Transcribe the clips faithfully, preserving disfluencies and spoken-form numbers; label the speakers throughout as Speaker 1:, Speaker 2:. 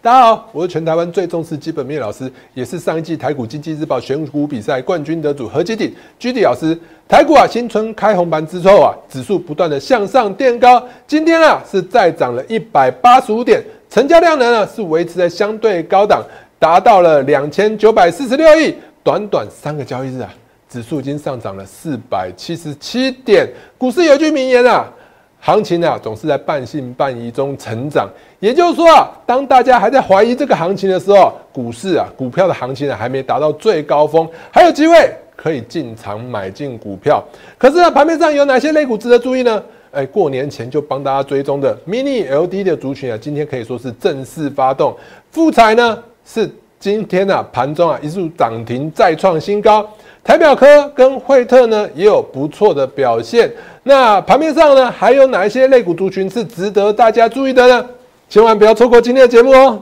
Speaker 1: 大家好，我是全台湾最重视基本面老师，也是上一季台股经济日报选股比赛冠军得主何基鼎 G D 老师。台股啊，新春开红盘之后啊，指数不断的向上垫高，今天啊是再涨了一百八十五点，成交量呢是维持在相对高档，达到了两千九百四十六亿，短短三个交易日啊，指数已经上涨了四百七十七点。股市有一句名言啊。行情啊，总是在半信半疑中成长。也就是说啊，当大家还在怀疑这个行情的时候，股市啊，股票的行情啊，还没达到最高峰，还有机会可以进场买进股票。可是呢，盘面上有哪些类股值得注意呢？哎，过年前就帮大家追踪的 Mini L E D 的族群啊，今天可以说是正式发动。富彩呢，是今天啊盘中啊一度涨停再创新高。台表科跟惠特呢也有不错的表现。那盘面上呢，还有哪一些类股族群是值得大家注意的呢？千万不要错过今天的节目哦！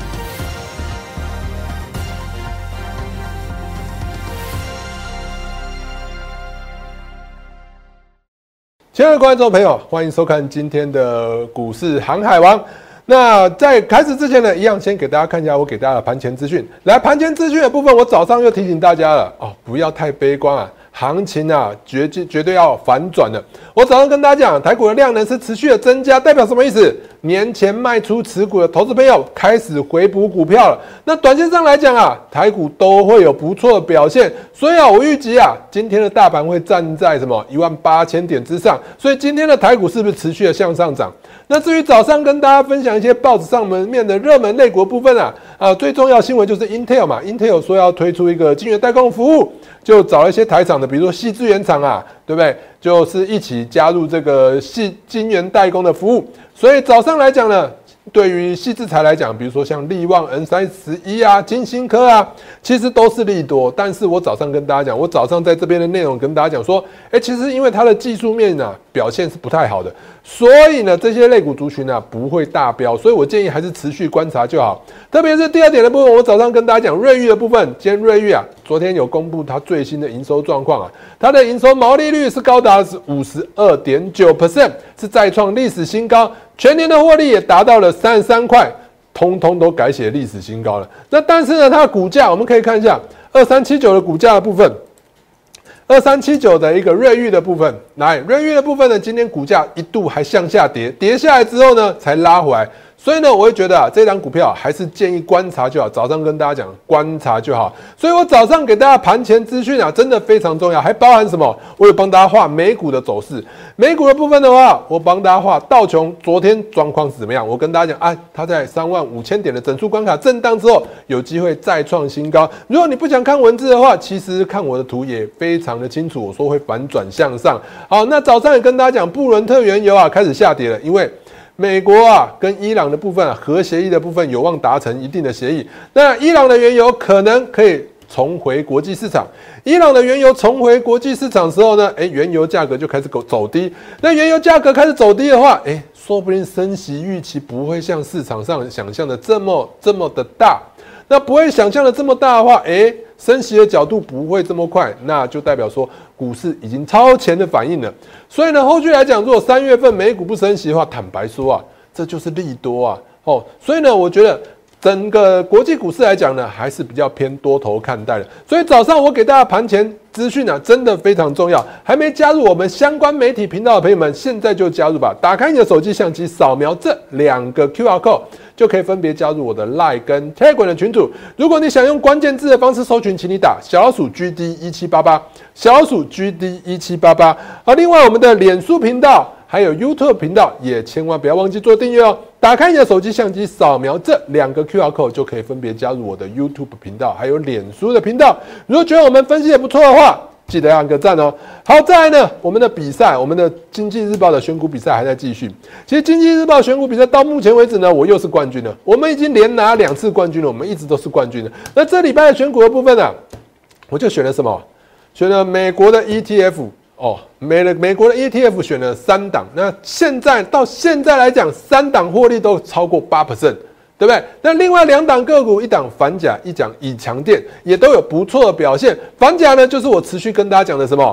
Speaker 1: 亲爱的观众朋友，欢迎收看今天的股市航海王。那在开始之前呢，一样先给大家看一下我给大家的盘前资讯。来，盘前资讯的部分，我早上又提醒大家了哦，不要太悲观啊，行情啊绝绝对要反转的。我早上跟大家讲，台股的量能是持续的增加，代表什么意思？年前卖出持股的投资朋友开始回补股票了。那短线上来讲啊，台股都会有不错的表现，所以啊，我预计啊，今天的大盘会站在什么一万八千点之上，所以今天的台股是不是持续的向上涨？那至于早上跟大家分享一些报纸上面的热门类股部分啊，啊，最重要新闻就是 Intel 嘛 ，Intel 说要推出一个晶圆代工服务，就找了一些台厂的，比如说矽智原厂啊，对不对？就是一起加入这个矽晶圆代工的服务。所以早上来讲呢，对于矽智财来讲，比如说像力旺 N 三十一 啊、金星科啊，其实都是利多。但是我早上跟大家讲，我早上在这边的内容跟大家讲说，哎，其实因为它的技术面啊表现是不太好的，所以呢这些类股族群啊不会大飙，所以我建议还是持续观察就好。特别是第二点的部分，我早上跟大家讲瑞昱的部分，今天瑞昱啊昨天有公布它最新的营收状况啊，它的营收毛利率是高达 百分之五十二点九， 是再创历史新高。全年的获利也达到了三十三块，通通都改写历史新高了。那但是呢，它的股价我们可以看一下二三七九的股价的部分，二三七九的一个瑞昱的部分，来瑞昱的部分呢，今天股价一度还向下跌，跌下来之后呢，才拉回来。所以呢，我会觉得啊，这档股票还是建议观察就好。早上跟大家讲，观察就好。所以我早上给大家盘前资讯啊，真的非常重要，还包含什么？我有帮大家画美股的走势。美股的部分的话，我帮大家画道琼昨天状况是怎么样？我跟大家讲啊，它在三万五千点的整数关卡震荡之后，有机会再创新高。如果你不想看文字的话，其实看我的图也非常的清楚。我说会反转向上。好，那早上也跟大家讲，布伦特原油啊开始下跌了，因为美国啊跟伊朗的部分啊核协议的部分有望达成一定的协议，那伊朗的原油可能可以重回国际市场。伊朗的原油重回国际市场之后呢，哎，原油价格就开始走低。那原油价格开始走低的话，哎，说不定升息预期不会像市场上想象的这么这么的大。那不会想象的这么大的话，哎，升息的角度不会这么快，那就代表说股市已经超前的反应了。所以呢，后续来讲，如果三月份美股不升息的话，坦白说啊，这就是利多啊。哦，所以呢，我觉得整个国际股市来讲呢，还是比较偏多头看待的。所以早上我给大家盘前资讯啊，真的非常重要。还没加入我们相关媒体频道的朋友们，现在就加入吧！打开你的手机相机，扫描这两个 Q R code， 就可以分别加入我的 Line 跟 Telegram 的群组。如果你想用关键字的方式搜寻，请你打小老鼠 G D 一七八八， 小老鼠 G D 一七八八。好，另外我们的脸书频道还有 YouTube 频道也千万不要忘记做订阅哦。打开你的手机相机，扫描这两个 Q R code， 就可以分别加入我的 YouTube 频道还有脸书的频道。如果觉得我们分析也不错的话，记得按个赞哦。好，再来呢，我们的比赛，我们的经济日报的选股比赛还在继续。其实经济日报选股比赛到目前为止呢，我又是冠军了。我们已经连拿两次冠军了，我们一直都是冠军的。那这礼拜的选股的部分呢、啊，我就选了什么？选了美国的 E T F。哦，美了美国的 E T F 选了三档，那现在到现在来讲，三档获利都超过 百分之八， 对不对？那另外两档个股，一档反甲，一档以强电，也都有不错的表现。反甲呢，就是我持续跟大家讲的什么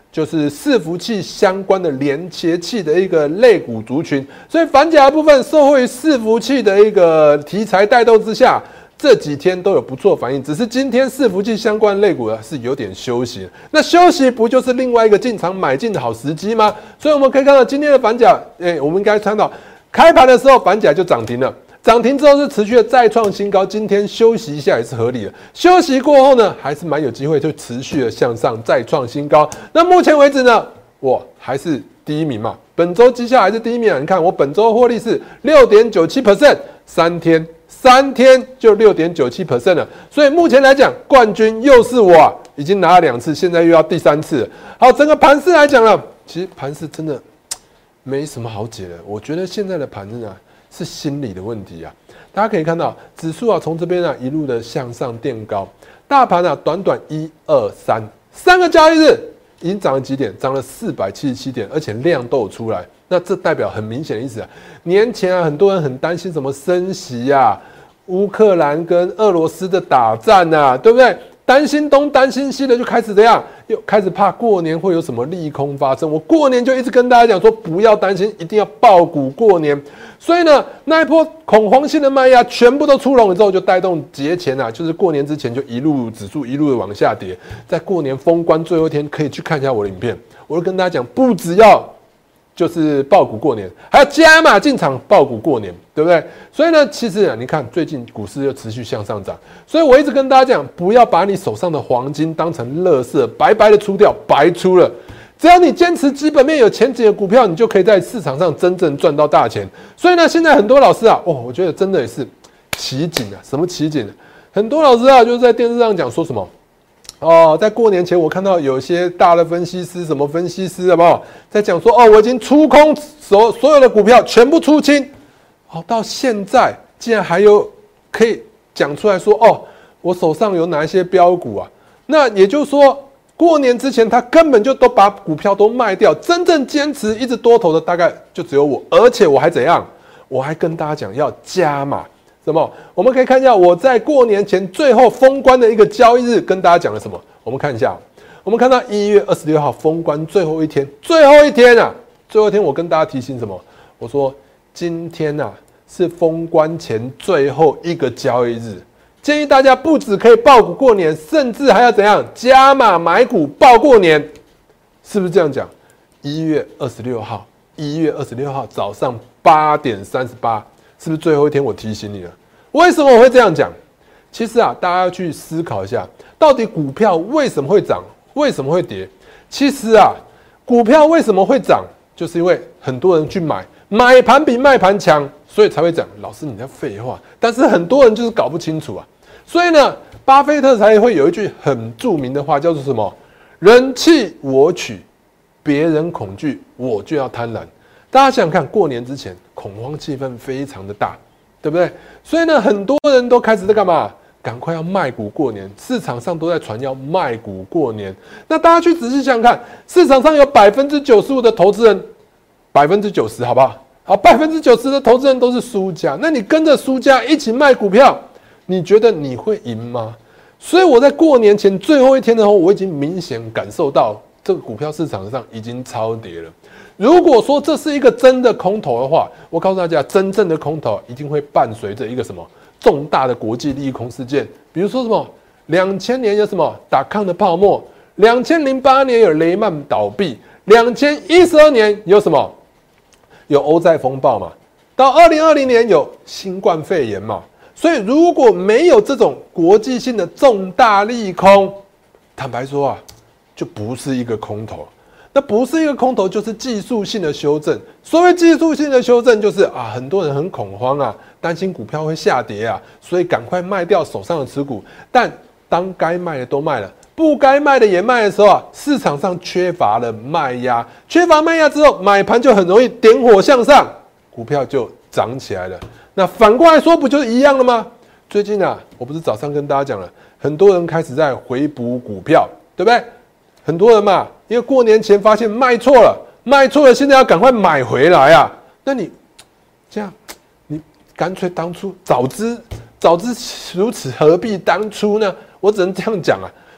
Speaker 1: 就是伺服器相关的连接器的一个类股族群，所以反甲的部分受惠于伺服器的一个题材带动之下，这几天都有不错反应。只是今天伺服器相关类股呢是有点休息，那休息不就是另外一个进场买进的好时机吗？所以我们可以看到今天的反甲，哎，我们应该看到开盘的时候反甲就涨停了。涨停之后是持续的再创新高，今天休息一下也是合理的。休息过后呢，还是蛮有机会就持续的向上再创新高。那目前为止呢，我还是第一名嘛，本周绩效还是第一名啊。你看我本周获利是 六点九七 percent， 三天三天就 六点九七 percent 了。所以目前来讲，冠军又是我啊，已经拿了两次，现在又要第三次了。好，整个盘势来讲呢，其实盘势真的没什么好解的。我觉得现在的盘势啊，是心理的问题啊！大家可以看到，指数啊从这边啊一路的向上垫高，大盘啊短短一二三三个交易日已经涨了几点？涨了四百七十七点，而且量都有出来。那这代表很明显的意思啊，年前啊很多人很担心什么升息啊，乌克兰跟俄罗斯的打战啊，对不对？担心东担心西的，就开始这样，又开始怕过年会有什么利空发生。我过年就一直跟大家讲说，不要担心，一定要抱股过年。所以呢，那一波恐慌性的卖压全部都出笼了之后，就带动节前啊，就是过年之前就一路指数一路的往下跌。在过年封关最后一天，可以去看一下我的影片，我就跟大家讲，不只要就是抱股过年，还要加码进场抱股过年，对不对？所以呢，其实啊，你看最近股市又持续向上涨，所以我一直跟大家讲，不要把你手上的黄金当成垃圾，白白的出掉，白出了。只要你坚持基本面有前景的股票，你就可以在市场上真正赚到大钱。所以呢，现在很多老师啊，哦，我觉得真的也是奇景啊，什么奇景？很多老师啊，就是在电视上讲说什么。哦，在过年前，我看到有些大的分析师，什么分析师，好不好？在讲说，哦，我已经出空所所有的股票全部出清。哦，到现在竟然还有可以讲出来说，哦，我手上有哪一些标股啊？那也就是说，过年之前他根本就都把股票都卖掉，真正坚持一直多头的大概就只有我，而且我还怎样？我还跟大家讲要加码。什么？我们可以看一下我在过年前最后封关的一个交易日，跟大家讲了什么？我们看一下，我们看到一月二十六号封关最后一天，最后一天啊，最后一天我跟大家提醒什么？我说今天啊是封关前最后一个交易日，建议大家不只可以抱股过年，甚至还要怎样加码买股抱过年，是不是这样讲？一月二十六号，一月二十六号早上八点三十八。是不是最后一天？我提醒你了，为什么我会这样讲？其实啊，大家要去思考一下，到底股票为什么会涨，为什么会跌？其实啊，股票为什么会涨，就是因为很多人去买，买盘比卖盘强，所以才会涨。老师，你在废话，但是很多人就是搞不清楚啊。所以呢，巴菲特才会有一句很著名的话，叫做什么？人气我取，别人恐惧，我就要贪婪。大家想想看，过年之前恐慌气氛非常的大，对不对？所以呢，很多人都开始在干嘛？赶快要卖股过年，市场上都在传要卖股过年。那大家去仔细想想看，市场上有百分之九十五的投资人，百分之九十好不好？好，百分之九十的投资人都是输家。那你跟着输家一起卖股票，你觉得你会赢吗？所以我在过年前最后一天的时候，我已经明显感受到这个股票市场上已经超跌了。如果说这是一个真的空头的话，我告诉大家，真正的空头一定会伴随着一个什么重大的国际利空事件，比如说什么两千年有什么打抗的泡沫，两千零八年有雷曼倒闭，两千一十二年有什么有欧债风暴嘛，到二零二零年有新冠肺炎嘛。所以如果没有这种国际性的重大利空，坦白说啊，就不是一个空头。那不是一个空头，就是技术性的修正。所谓技术性的修正，就是啊，很多人很恐慌啊，担心股票会下跌啊，所以赶快卖掉手上的持股。但当该卖的都卖了，不该卖的也卖的时候啊，市场上缺乏了卖压，缺乏卖压之后，买盘就很容易点火向上，股票就涨起来了。那反过来说，不就是一样了吗？最近啊，我不是早上跟大家讲了，很多人开始在回补股票，对不对？很多人嘛，因为过年前发现卖错了，卖错了，现在要赶快买回来啊。那你这样，你干脆当初早知早知如此，何必当初呢？我只能这样讲啊。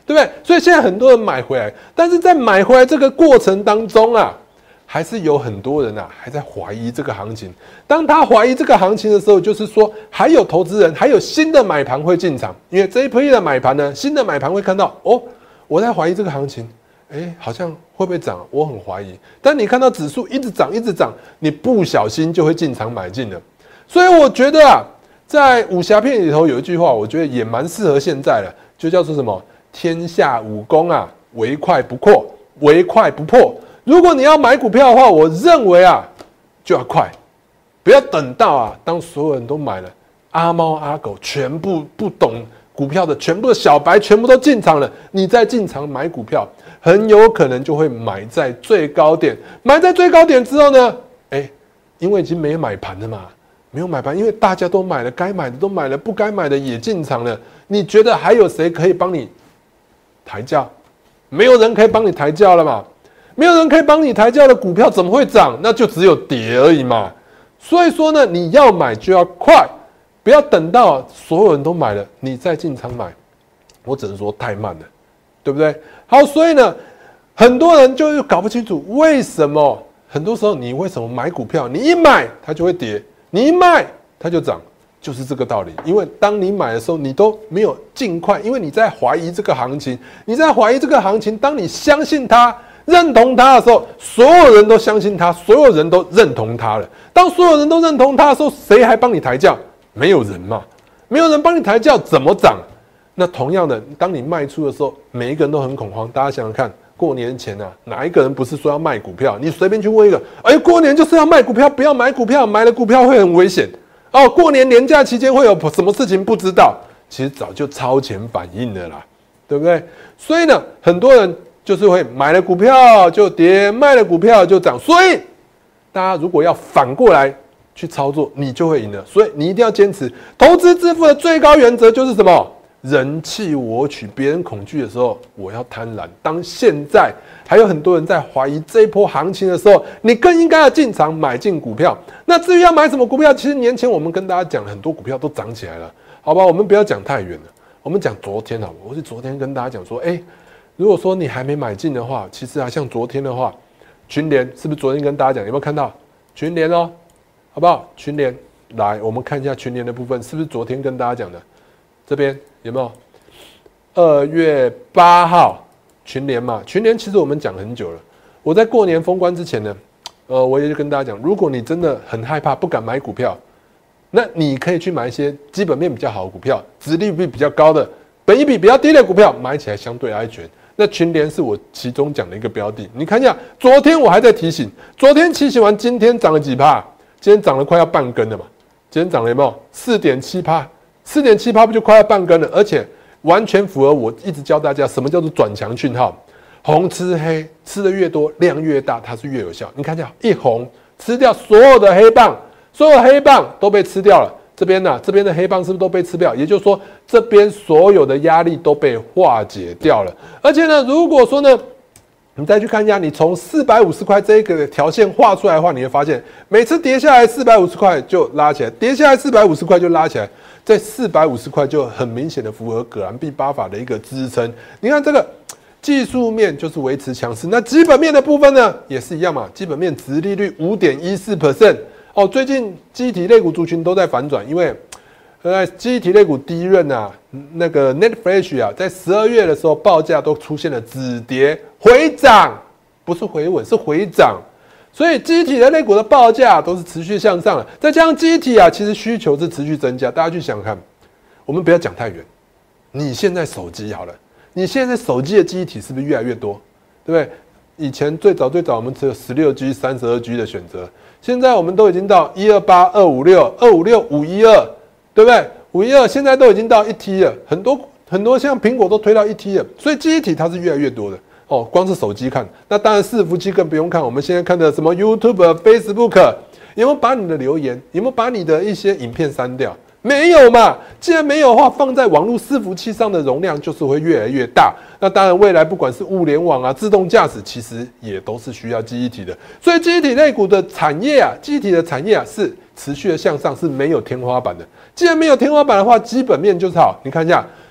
Speaker 1: 对不对？所以现在很多人买回来，但是在买回来这个过程当中啊，还是有很多人啊还在怀疑这个行情。当他怀疑这个行情的时候，就是说还有投资人，还有新的买盘会进场，因为这一批的买盘呢，新的买盘会看到哦，我在怀疑这个行情，哎，好像会不会涨？我很怀疑。但你看到指数一直涨，一直涨，你不小心就会进场买进了。所以我觉得啊，在武侠片里头有一句话，我觉得也蛮适合现在的，就叫做什么？天下武功啊，唯快不破，唯快不破。如果你要买股票的话，我认为啊，就要快，不要等到啊，当所有人都买了，阿猫阿狗全部不懂股票的，全部的小白全部都进场了，你再进场买股票，很有可能就会买在最高点。买在最高点之后呢，哎，因为已经没有买盘了嘛，没有买盘，因为大家都买了，该买的都买了，不该买的也进场了。你觉得还有谁可以帮你抬价？没有人可以帮你抬价了嘛？没有人可以帮你抬价的股票怎么会涨？那就只有跌而已嘛。所以说呢，你要买就要快，不要等到所有人都买了，你再进场买。我只能说太慢了，对不对？好，所以呢，很多人就搞不清楚为什么，很多时候你为什么买股票，你一买它就会跌，你一卖它就涨。就是这个道理，因为当你买的时候，你都没有尽快，因为你在怀疑这个行情，你在怀疑这个行情。当你相信它、认同它的时候，所有人都相信它，所有人都认同它了。当所有人都认同它的时候，谁还帮你抬价？没有人嘛，没有人帮你抬价，怎么涨？那同样的，当你卖出的时候，每一个人都很恐慌。大家想想看，过年前啊，哪一个人不是说要卖股票？你随便去问一个，哎，过年就是要卖股票，不要买股票，买了股票会很危险。哦，过年年假期间会有什么事情不知道？其实早就超前反应了啦，对不对？所以呢，很多人就是会买了股票就跌，卖了股票就涨。所以大家如果要反过来去操作，你就会赢了。所以你一定要坚持投资致富的最高原则就是什么？人弃我取，别人恐惧的时候，我要贪婪。当现在还有很多人在怀疑这一波行情的时候，你更应该要进场买进股票。那至于要买什么股票，其实年前我们跟大家讲，很多股票都涨起来了，好吧？我们不要讲太远了，我们讲昨天好不好？我是昨天跟大家讲说，哎，如果说你还没买进的话，其实啊，像昨天的话，群联是不是昨天跟大家讲？有没有看到群联哦？好不好？群联来，我们看一下群联的部分，是不是昨天跟大家讲的？这边有没有？二月八号群联嘛，群联其实我们讲很久了。我在过年封关之前呢，呃，我也就跟大家讲，如果你真的很害怕，不敢买股票，那你可以去买一些基本面比较好的股票，殖利率比较高的，本益比比较低的股票，买起来相对安全。那群联是我其中讲的一个标的。你看一下，昨天我还在提醒，昨天提醒完，今天涨了几趴？今天涨了快要半根了嘛？今天涨了有没有？四点七趴。四点七趴不就快要半根了，而且完全符合我一直教大家什么叫做转强讯号。红吃黑，吃的越多，量越大，它是越有效。你看一下，一红吃掉所有的黑棒，所有的黑棒都被吃掉了。这边呢、啊，这边的黑棒是不是都被吃掉？也就是说，这边所有的压力都被化解掉了。而且呢，如果说呢，你再去看一下，你从四百五十块这个条线画出来的话，你会发现，每次跌下来四百五十块就拉起来，跌下来四百五十块就拉起来。在四百五十块就很明显的符合葛兰碧八法的一个支撑。你看这个技术面就是维持强势，那基本面的部分呢也是一样嘛，基本面殖利率 百分之五点一四 哦。最近记忆体类股族群都在反转，因为呃记忆体类股第一润啊，那个 Netflix 啊，在十二月的时候报价都出现了止跌回涨，不是回稳，是回涨。所以记忆体的类股的报价都是持续向上的，再加上记忆体啊，其实需求是持续增加。大家去想想看，我们不要讲太远。你现在手机好了，你现在手机的记忆体是不是越来越多？对不对？以前最早最早我们只有十六 G、三十二 G 的选择，现在我们都已经到一二八、二五六、二五六、五一二，对不对？五一二现在都已经到一 T 了，很多很多像苹果都推到一 T 了，所以记忆体它是越来越多的。哦，光是手机看，那当然伺服器更不用看。我们现在看的什么 YouTube、Facebook， 有没有把你的留言，有没有把你的一些影片删掉？没有嘛？既然没有的话，放在网络伺服器上的容量就是会越来越大。那当然，未来不管是物联网啊、自动驾驶，其实也都是需要记忆体的。所以，记忆体类股的产业啊，记忆体的产业啊，是持续的向上，是没有天花板的。既然没有天花板的话，基本面就是好。你看一下。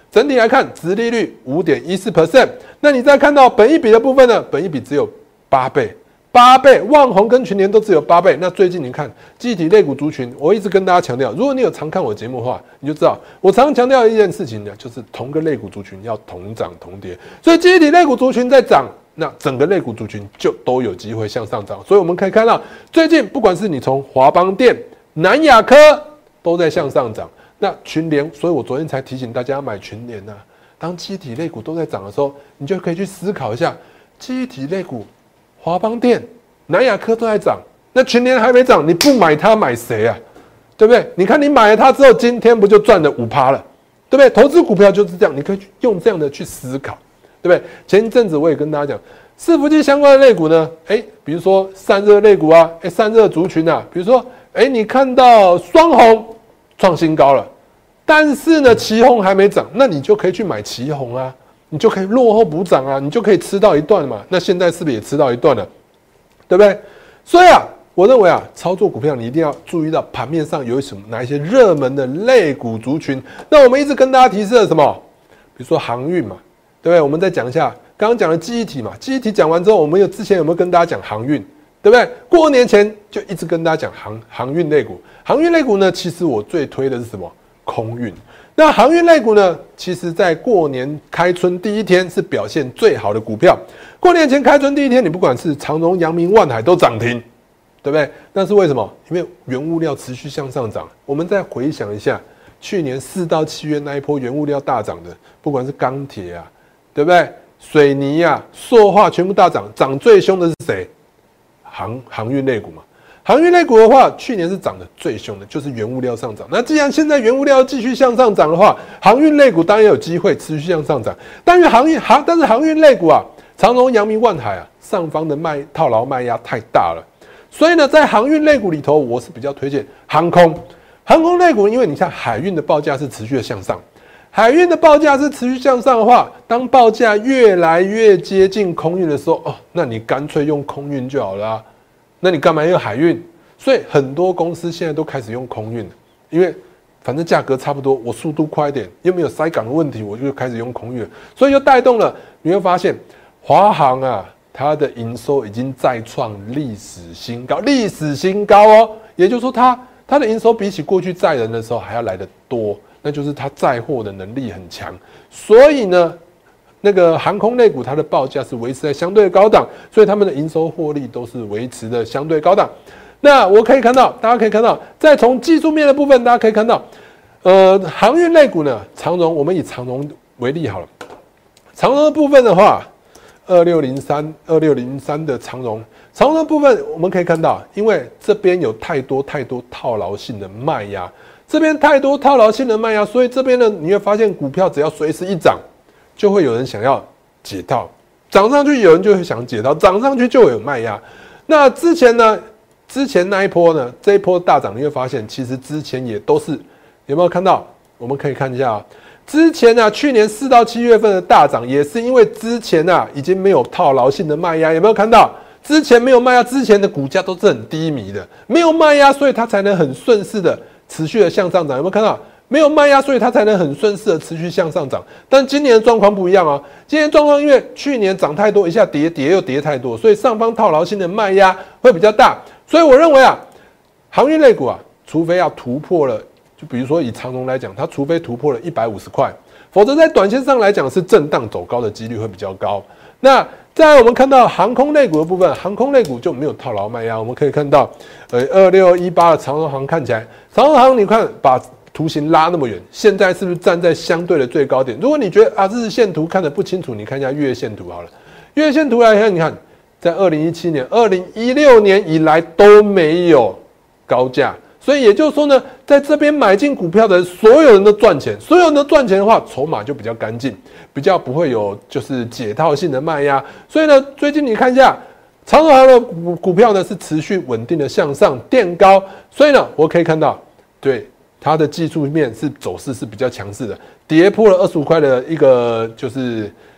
Speaker 1: 整体来看，殖利率 百分之五点一四。那你再看到本益比的部分呢？本益比只有八倍。八倍，旺宏跟群联都只有八倍。那最近你看，记忆体类股族群，我一直跟大家强调，如果你有常看我节目的话，你就知道，我常强调一件事情呢，就是同个类股族群要同涨同跌。所以记忆体类股族群在涨，那整个类股族群就都有机会向上涨。所以我们可以看到，最近不管是你从华邦电、南亚科都在向上涨。那群联，所以我昨天才提醒大家要买群联啊。当记忆体类股都在涨的时候，你就可以去思考一下，记忆体类股。华邦电、南亚科都在涨，那群联还没涨，你不买它买谁啊？对不对？你看你买了它之后，今天不就赚了 百分之五 了？对不对？投资股票就是这样，你可以用这样的去思考，对不对？前一阵子我也跟大家讲，伺服器相关的类股呢，哎，比如说散热类股啊，哎，散热族群啊，比如说，哎，你看到双红创新高了，但是呢，奇鋐还没涨，那你就可以去买奇鋐啊。你就可以落后补涨啊，你就可以吃到一段嘛。那现在是不是也吃到一段了？对不对？所以啊，我认为啊，操作股票你一定要注意到盘面上有什么哪一些热门的类股族群。那我们一直跟大家提示了什么？比如说航运嘛，对不对？我们再讲一下，刚刚讲的记忆体嘛，记忆体讲完之后，我们有之前有没有跟大家讲航运？对不对？过年前就一直跟大家讲航航运类股。航运类股呢，其实我最推的是什么？空运。那航运类股呢？其实，在过年开春第一天是表现最好的股票。过年前开春第一天，你不管是长荣、阳明、万海都涨停，对不对？那是为什么？因为原物料持续向上涨。我们再回想一下，去年四到七月那一波原物料大涨的，不管是钢铁啊，对不对？水泥啊、塑化全部大涨，涨最凶的是谁？航航运类股嘛。航运类股的话，去年是涨得最凶的，就是原物料上涨。那既然现在原物料继续向上涨的话，航运类股当然有机会持续向上涨。但是航运航，但是航运类股啊，长荣、阳明、万海啊，上方的卖套牢卖压太大了。所以呢，在航运类股里头，我是比较推荐航空。航空类股，因为你看海运的报价是持续的向上，海运的报价是持续向上的话，当报价越来越接近空运的时候，哦，那你干脆用空运就好了啊。那你干嘛用海运？所以很多公司现在都开始用空运了，因为反正价格差不多，我速度快一点，又没有塞港的问题，我就开始用空运了，所以就带动了。你会发现，华航啊，它的营收已经再创历史新高，历史新高哦。也就是说它，它它的营收比起过去载人的时候还要来得多，那就是它载货的能力很强。所以呢，那个航空类股它的报价是维持在相对的高档，所以他们的营收获利都是维持的相对高档。那我可以看到，大家可以看到，再从技术面的部分，大家可以看到，呃，航运类股呢，长荣，我们以长荣为例好了。长荣的部分的话，二六零三、二六零三的长荣，长荣的部分我们可以看到，因为这边有太多太多套牢性的卖压，这边太多套牢性的卖压，所以这边呢，你会发现股票只要随时一涨，就会有人想要解套，涨上去有人就会想解套，涨上去就会有卖压。那之前呢？之前那一波呢，这一波大涨，你会发现其实之前也都是有没有看到？我们可以看一下啊，之前啊，去年四到七月份的大涨，也是因为之前啊已经没有套牢性的卖压，有没有看到？之前没有卖压，之前的股价都是很低迷的，没有卖压，所以它才能很顺势的持续的向上涨，有没有看到？没有卖压，所以它才能很顺势的持续向上涨。但今年的状况不一样啊，今年状况因为去年涨太多，一下跌跌又跌太多，所以上方套牢性的卖压会比较大。所以我认为啊，航运类股啊，除非要突破了，就比如说以长荣来讲，它除非突破了一百五十块，否则在短线上来讲是震荡走高的几率会比较高。那再来我们看到航空类股的部分，航空类股就没有套牢卖压，我们可以看到，呃，二六一八的长荣航看起来，长荣航你看把图形拉那么远，现在是不是站在相对的最高点？如果你觉得啊日线图看得不清楚，你看一下月线图好了。月线图来看，你看。在二零一七年、二零一六年以来都没有高价，所以也就是说呢，在这边买进股票的所有人都赚钱，所有人都赚钱的话，筹码就比较干净，比较不会有就是解套性的卖压。所以呢，最近你看一下长荣航的股股票呢是持续稳定的向上垫高，所以呢，我可以看到，对它的技术面是走势是比较强势的，跌破了二十五块的一个就是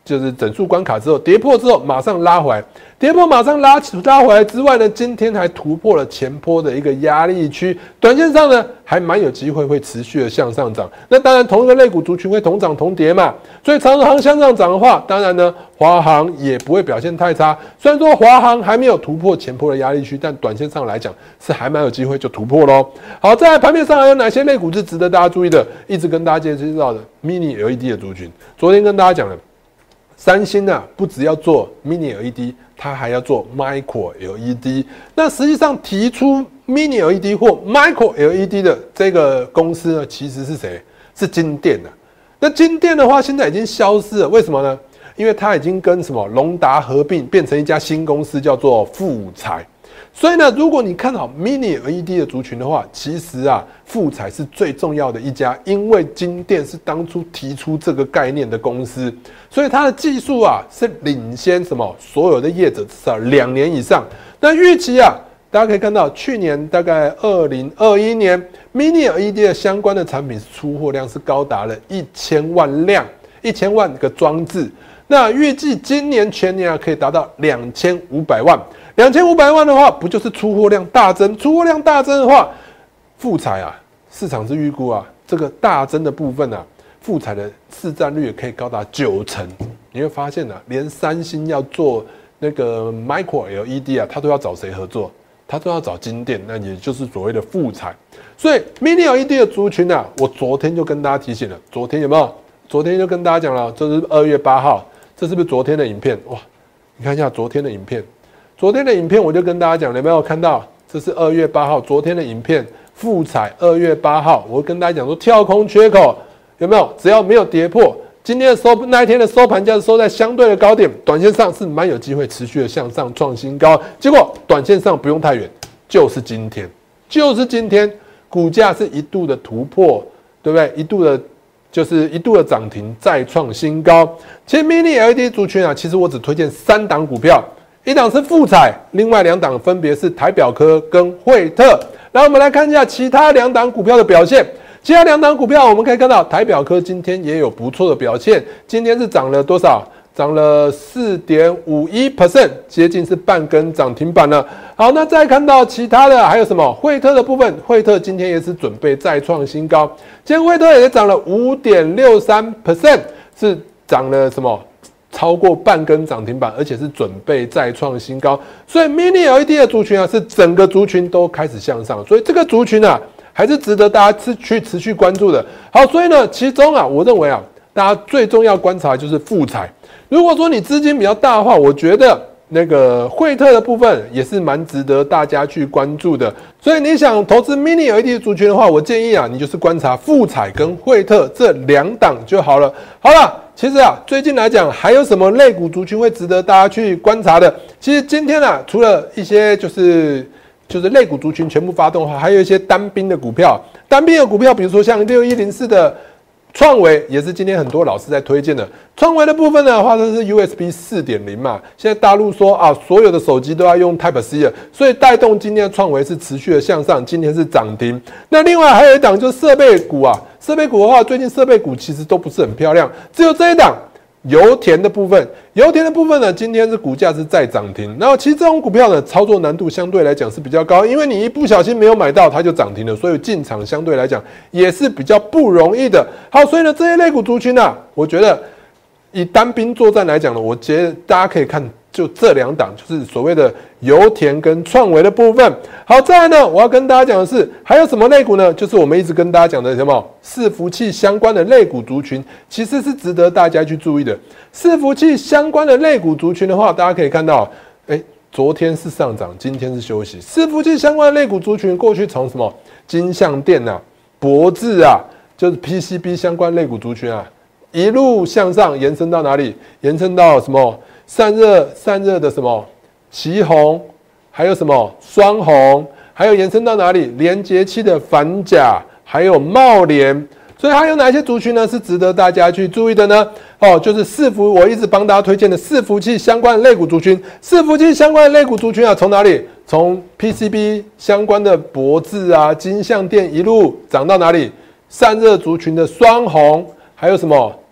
Speaker 1: 就是整数关卡之后，跌破之后马上拉回来，跌破马上拉拉回来之外呢，今天还突破了前波的一个压力区，短线上呢还蛮有机会会持续的向上涨。那当然同一个类股族群会同涨同跌嘛，所以长航向上涨的话，当然呢华航也不会表现太差。虽然说华航还没有突破前波的压力区，但短线上来讲是还蛮有机会就突破咯。好，在盘面上还有哪些类股是值得大家注意的？一直跟大家介绍的 mini L E D 的族群，昨天跟大家讲了。三星啊，不只要做 mini L E D， 它还要做 micro L E D。那实际上提出 mini L E D 或 micro L E D 的这个公司呢，其实是谁？是金电啊。那金电的话，现在已经消失了，为什么呢？因为它已经跟什么隆达合并，变成一家新公司，叫做富彩。所以呢，如果你看好 mini L E D 的族群的话，其实啊，富彩是最重要的一家，因为金电是当初提出这个概念的公司，所以它的技术啊是领先什么所有的业者至少两年以上。那预期啊，大家可以看到，去年大概二零二一年 mini L E D 的相关的产品出货量是高达了一千万辆，一千万个装置。那预计今年全年啊可以达到两千五百万。两千五百万的话，不就是出货量大增？出货量大增的话，富彩啊，市场是预估啊，这个大增的部分啊，富彩的市占率也可以高达九成。你会发现啊，连三星要做那个 micro L E D 啊，它都要找谁合作？它都要找金电，那也就是所谓的富彩。所以 mini L E D 的族群啊，我昨天就跟大家提醒了，昨天有没有？昨天就跟大家讲了，这是二月八号，这是不是昨天的影片？哇，你看一下昨天的影片。昨天的影片我就跟大家讲，有没有看到？这是二月八号，昨天的影片，富彩二月八号，我跟大家讲说跳空缺口有没有？只要没有跌破，今天的收那一天的收盘价是收在相对的高点，短线上是蛮有机会持续的向上创新高。结果短线上不用太远，就是今天，就是今天股价是一度的突破，对不对？一度的。就是一度的涨停再创新高。其实 mini L E D 族群啊，其实我只推荐三档股票，一档是富彩，另外两档分别是台表科跟惠特。然后我们来看一下其他两档股票的表现。其他两档股票我们可以看到，台表科今天也有不错的表现，今天是涨了多少？涨了 百分之四点五一， 接近是半根涨停板了。好，那再看到其他的还有什么？惠特的部分，惠特今天也是准备再创新高，今天惠特也涨了 百分之五点六三， 是涨了什么？超过半根涨停板，而且是准备再创新高。所以 mini L E D 的族群啊，是整个族群都开始向上，所以这个族群啊，还是值得大家去持续关注的。好，所以呢，其中啊，我认为啊，大家最重要观察的就是富彩。如果说你资金比较大的话，我觉得那个惠特的部分也是蛮值得大家去关注的。所以你想投资 mini L E D 族群的话，我建议啊，你就是观察富彩跟惠特这两档就好了。好了，其实啊，最近来讲还有什么类股族群会值得大家去观察的？其实今天啊，除了一些就是就是类股族群全部发动的话，还有一些单兵的股票，单兵的股票，比如说像六一零四的。创维也是今天很多老师在推荐的。创维的部分呢，话它是 U S B 四点零 嘛，现在大陆说啊，所有的手机都要用 Type C 了，所以带动今天的创维是持续的向上，今天是涨停。那另外还有一档就是设备股啊，设备股的话，最近设备股其实都不是很漂亮，只有这一档。油田的部分，油田的部分呢，今天是股价是再涨停。然后其实这种股票呢，操作难度相对来讲是比较高，因为你一不小心没有买到，它就涨停了，所以进场相对来讲也是比较不容易的。好，所以呢，这些类股族群啊，我觉得以单兵作战来讲呢，我觉得大家可以看就这两档，就是所谓的油田跟创维的部分。好，再来呢，我要跟大家讲的是，还有什么类股呢？就是我们一直跟大家讲的什么伺服器相关的类股族群，其实是值得大家去注意的。伺服器相关的类股族群的话，大家可以看到，哎，昨天是上涨，今天是休息。伺服器相关的类股族群，过去从什么金像电啊、博智啊，就是 P C B 相关类股族群啊，一路向上延伸到哪里？延伸到什么？散热散热的什么奇鋐，还有什么双虹，还有延伸到哪里？连接器的反甲，还有茂联。所以还有哪些族群呢？是值得大家去注意的呢？哦，就是伺服，我一直帮大家推荐的伺服器相关的类股族群。伺服器相关的类股族群啊，从哪里？从 P C B 相关的博智啊、金像电一路涨到哪里？散热族群的双虹，还有什么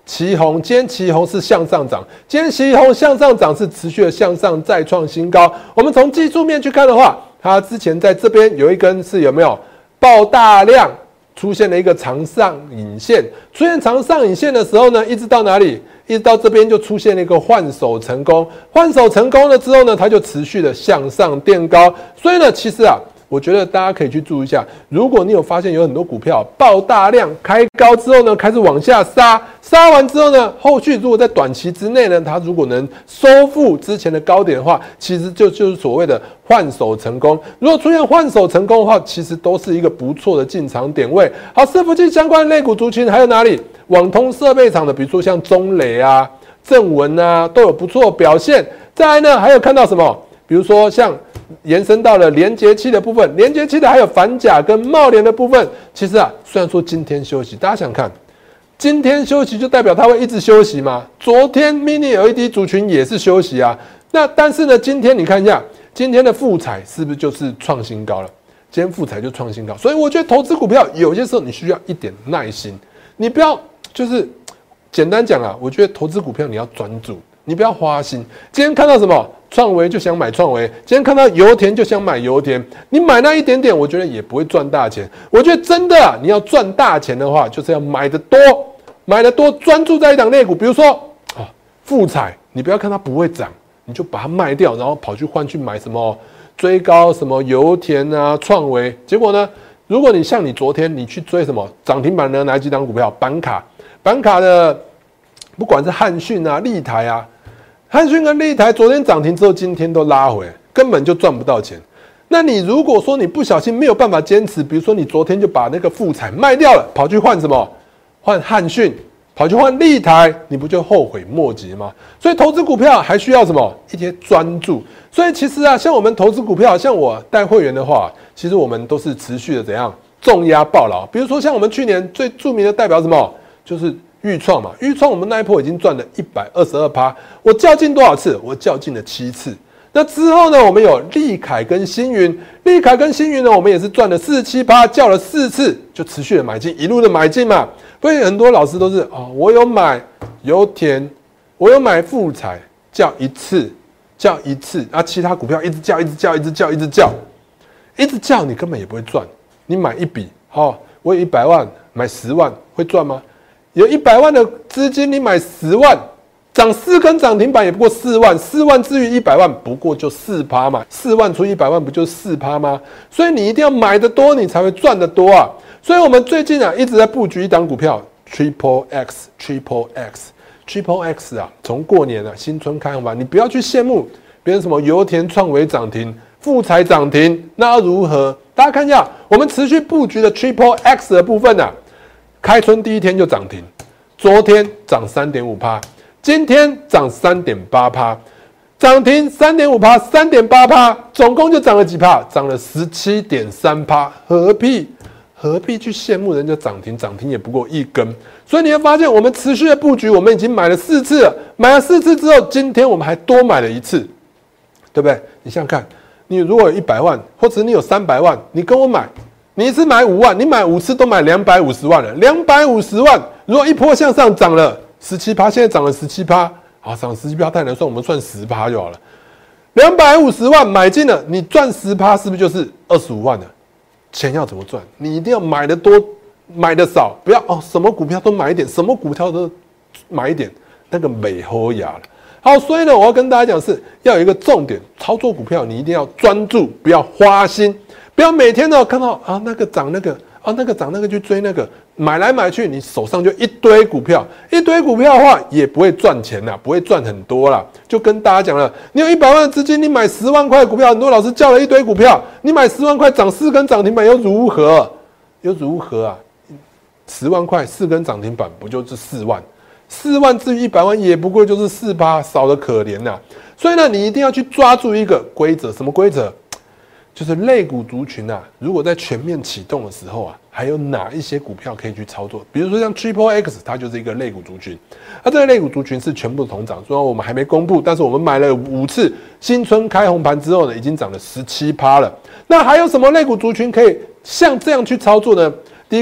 Speaker 1: 旗宏，今天旗宏是向上涨，今天旗宏向上涨是持续的向上再创新高。我们从技术面去看的话，它之前在这边有一根是有没有爆大量，出现了一个长上影线，出现长上影线的时候呢，一直到哪里？一直到这边就出现了一个换手成功，换手成功了之后呢，它就持续的向上垫高。所以呢，其实啊，我觉得大家可以去注意一下，如果你有发现有很多股票爆大量开高之后呢，开始往下杀，杀完之后呢，后续如果在短期之内呢，它如果能收复之前的高点的话，其实就就是所谓的换手成功。如果出现换手成功的话，其实都是一个不错的进场点位。好，伺服器相关类股族群还有哪里？网通设备厂的，比如说像中磊啊、正文啊，都有不错的表现。再来呢，还有看到什么？比如说像延伸到了连结器的部分，连结器的还有反甲跟茂联的部分。其实啊，虽然说今天休息，大家想看，今天休息就代表它会一直休息吗？昨天 mini L E D 族群也是休息啊。那但是呢，今天你看一下，今天的富彩是不是就是创新高了？今天富彩就创新高，所以我觉得投资股票有些时候你需要一点耐心，你不要就是简单讲啊，我觉得投资股票你要专注，你不要花心。今天看到什么创维就想买创维，今天看到油田就想买油田，你买那一点点，我觉得也不会赚大钱。我觉得真的啊，你要赚大钱的话，就是要买得多，买得多，专注在一档类股，比如说啊，富彩，你不要看它不会涨，你就把它卖掉，然后跑去换去买什么追高什么油田啊、创维，结果呢？如果你像你昨天你去追什么涨停板的哪几档股票，板卡，板卡的不管是汉讯啊、立台啊，汉讯跟立台昨天涨停之后，今天都拉回，根本就赚不到钱。那你如果说你不小心没有办法坚持，比如说你昨天就把那个富彩卖掉了，跑去换什么？换汉讯，跑去换立台，你不就后悔莫及吗？所以投资股票还需要什么？一些专注。所以其实啊，像我们投资股票，像我带会员的话，其实我们都是持续的怎样重压抱牢。比如说像我们去年最著名的代表什么，就是裕创嘛。裕创我们那一波已经赚了 一百二十二趴， 我较劲多少次？我较劲了七次。那之后呢，我们有立凯跟星云，立凯跟星云呢，我们也是赚了四十七趴，叫了四次，就持续的买进，一路的买进嘛。所以很多老师都是哦，我有买油田，我有买富彩，叫一次，叫一次，啊，其他股票一直叫，一直叫，一直叫，一直叫，一直叫，你根本也不会赚。你买一笔，好、哦，我有一百万，买十万，会赚吗？有一百万的资金，你买十万。涨四根涨停板也不过四万，四万至于一百万不过就四趴嘛，四万除一百万不就四趴吗？所以你一定要买得多，你才会赚得多啊！所以我们最近啊一直在布局一档股票 Triple X Triple X Triple X 啊，从过年啊新春开红盘，你不要去羡慕别人什么油田创维涨停、富彩涨停，那如何？大家看一下我们持续布局的 Triple X 的部分啊，开春第一天就涨停，昨天涨 三点五趴。今天涨 三点八趴，涨停 三点五趴，三点八趴，总共就涨了几趴？涨了 十七点三趴，何必何必去羡慕人家涨停？涨停也不过一根。所以你会发现，我们持续的布局，我们已经买了四次了。买了四次之后，今天我们还多买了一次，对不对？你想想看，你如果有一百万，或者你有三百万，你跟我买，你一次买五万，你买五次都买两百五十万了。两百五十万，如果一波向上涨了十七趴，现在涨了十七趴，好，涨十七趴太难算，我们算十趴就好了。两百五十万买进了，你赚十趴，是不是就是二十五万了？钱要怎么赚？你一定要买的多，买的少，不要哦，什么股票都买一点，什么股票都买一点，那个美齁牙了。好，所以呢，我要跟大家讲是要有一个重点，操作股票你一定要专注，不要花心，不要每天都看到啊那个涨那个。啊，那个涨那个去追那个，买来买去，你手上就一堆股票，一堆股票的话也不会赚钱啦，不会赚很多啦。就跟大家讲了，你有一百万的资金，你买十万块股票，很多老师叫了一堆股票，你买十万块涨四根涨停板又如何？又如何啊？十万块四根涨停板不就是四万？四万至于一百万也不过就是四趴，少得可怜呐。所以呢，你一定要去抓住一个规则，什么规则？就是类股族群啊，如果在全面启动的时候啊，还有哪一些股票可以去操作？比如说像 Triple X， 它就是一个类股族群。那这个类股族群是全部同涨，虽然我们还没公布，但是我们买了五次，新春开红盘之后呢，已经涨了 十七趴 了。那还有什么类股族群可以像这样去操作呢？第一个，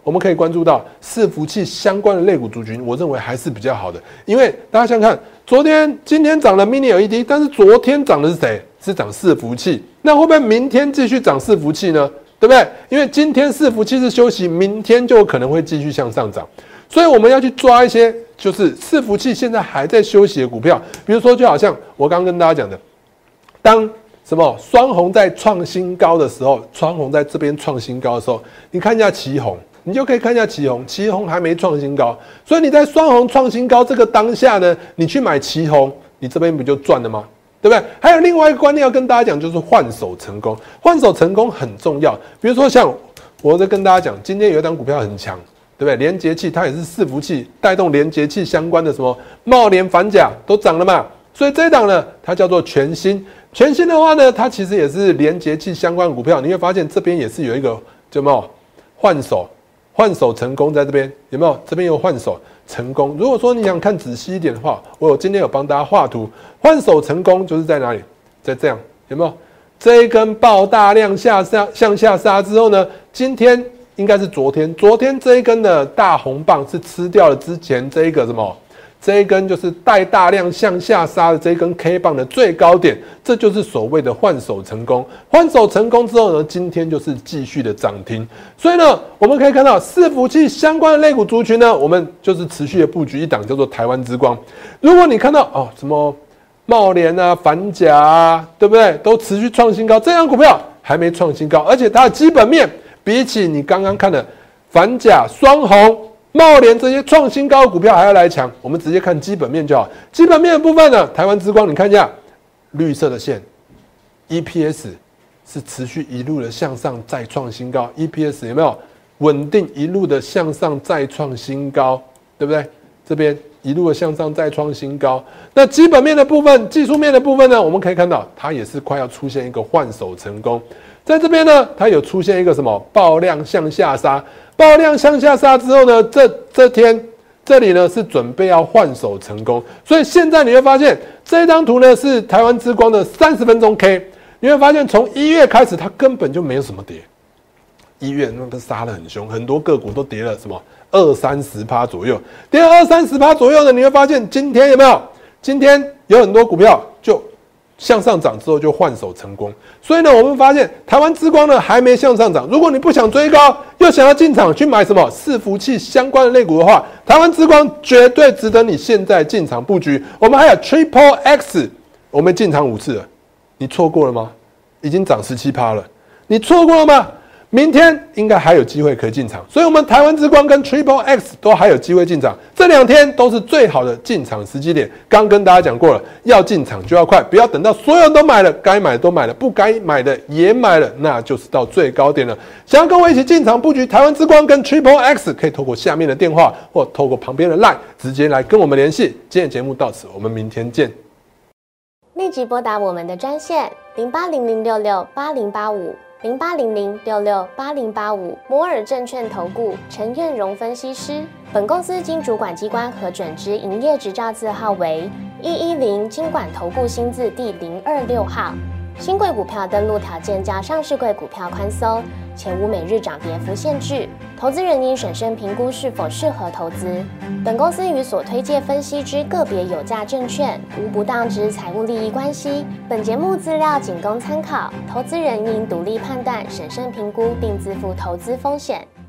Speaker 1: 我们可以关注到伺服器相关的类股族群，我认为还是比较好的。因为大家想想看，昨天、今天涨了 Mini L E D， 但是昨天涨的是谁？是涨伺服器。那会不会明天继续涨伺服器呢？对不对？因为今天伺服器是休息，明天就有可能会继续向上涨。所以我们要去抓一些就是伺服器现在还在休息的股票，比如说就好像我刚刚跟大家讲的，当什么双红在创新高的时候，双红在这边创新高的时候，你看一下奇鋐。你就可以看一下奇鋐，奇鋐还没创新高，所以你在双红创新高这个当下呢，你去买奇鋐，你这边不就赚了吗？对不对？还有另外一个观念要跟大家讲，就是换手成功，换手成功很重要。比如说像我在跟大家讲，今天有一档股票很强，对不对？连结器它也是伺服器带动连结器相关的什么茂联、反甲都涨了嘛，所以这一档呢，它叫做全新。全新的话呢，它其实也是连结器相关的股票，你会发现这边也是有一个有没有换手？换手成功在这边有没有？这边有换手成功。如果说你想看仔细一点的话，我有今天有帮大家画图，换手成功就是在哪里？在这样有没有？这一根爆大量下杀向下杀之后呢，今天应该是昨天，昨天这一根的大红棒是吃掉了之前这一个什么？这一根就是带大量向下杀的这一根 K 棒的最高点，这就是所谓的换手成功。换手成功之后呢，今天就是继续的涨停。所以呢，我们可以看到伺服器相关的类股族群呢，我们就是持续的布局一档叫做台湾之光。如果你看到哦什么茂联啊、反甲啊，对不对？都持续创新高，这样股票还没创新高，而且它的基本面比起你刚刚看的反甲、双红、茂联这些创新高的股票还要来强，我们直接看基本面就好。基本面的部分呢，台湾之光，你看一下绿色的线 ，E P S 是持续一路的向上再创新高 ，E P S 有没有稳定一路的向上再创新高，对不对？这边一路的向上再创新高。那基本面的部分、技术面的部分呢，我们可以看到它也是快要出现一个换手成功。在这边呢，它有出现一个什么爆量向下杀。爆量向下杀之后呢，这这天这里呢是准备要换手成功，所以现在你会发现这一张图呢是台湾之光的三十分钟 K， 你会发现从一月开始它根本就没有什么跌，一月那个杀得很凶，很多个股都跌了什么二三十趴左右，跌了二三十趴左右呢，你会发现今天有没有？今天有很多股票就向上涨之后就换手成功，所以呢，我们发现台湾之光呢还没向上涨。如果你不想追高，又想要进场去买什么伺服器相关的类股的话，台湾之光绝对值得你现在进场布局。我们还有 Triple X， 我们进场五次了，你错过了吗？已经涨 百分之十七 了，你错过了吗？明天应该还有机会可以进场，所以我们台湾之光跟 Triple X 都还有机会进场，这两天都是最好的进场时机点。刚跟大家讲过了，要进场就要快，不要等到所有人都买了，该买的都买了，不该买的也买了，那就是到最高点了。想要跟我一起进场布局台湾之光跟 Triple X， 可以透过下面的电话或透过旁边的 LINE 直接来跟我们联系。今天的节目到此，我们明天见。
Speaker 2: 立即拨打我们的专线零八零零六六八零八五。零八零零六六八零八五摩尔证券投顾陈彦荣分析师。本公司经主管机关核准之营业执照字号为一一零金管投顾新字第零二六号。新贵股票登录条件较上市贵股票宽松，且无每日涨跌幅限制。投资人应审慎评估是否适合投资。本公司与所推介分析之个别有价证券无不当之财务利益关系。本节目资料仅供参考，投资人应独立判断、审慎评估并自负投资风险。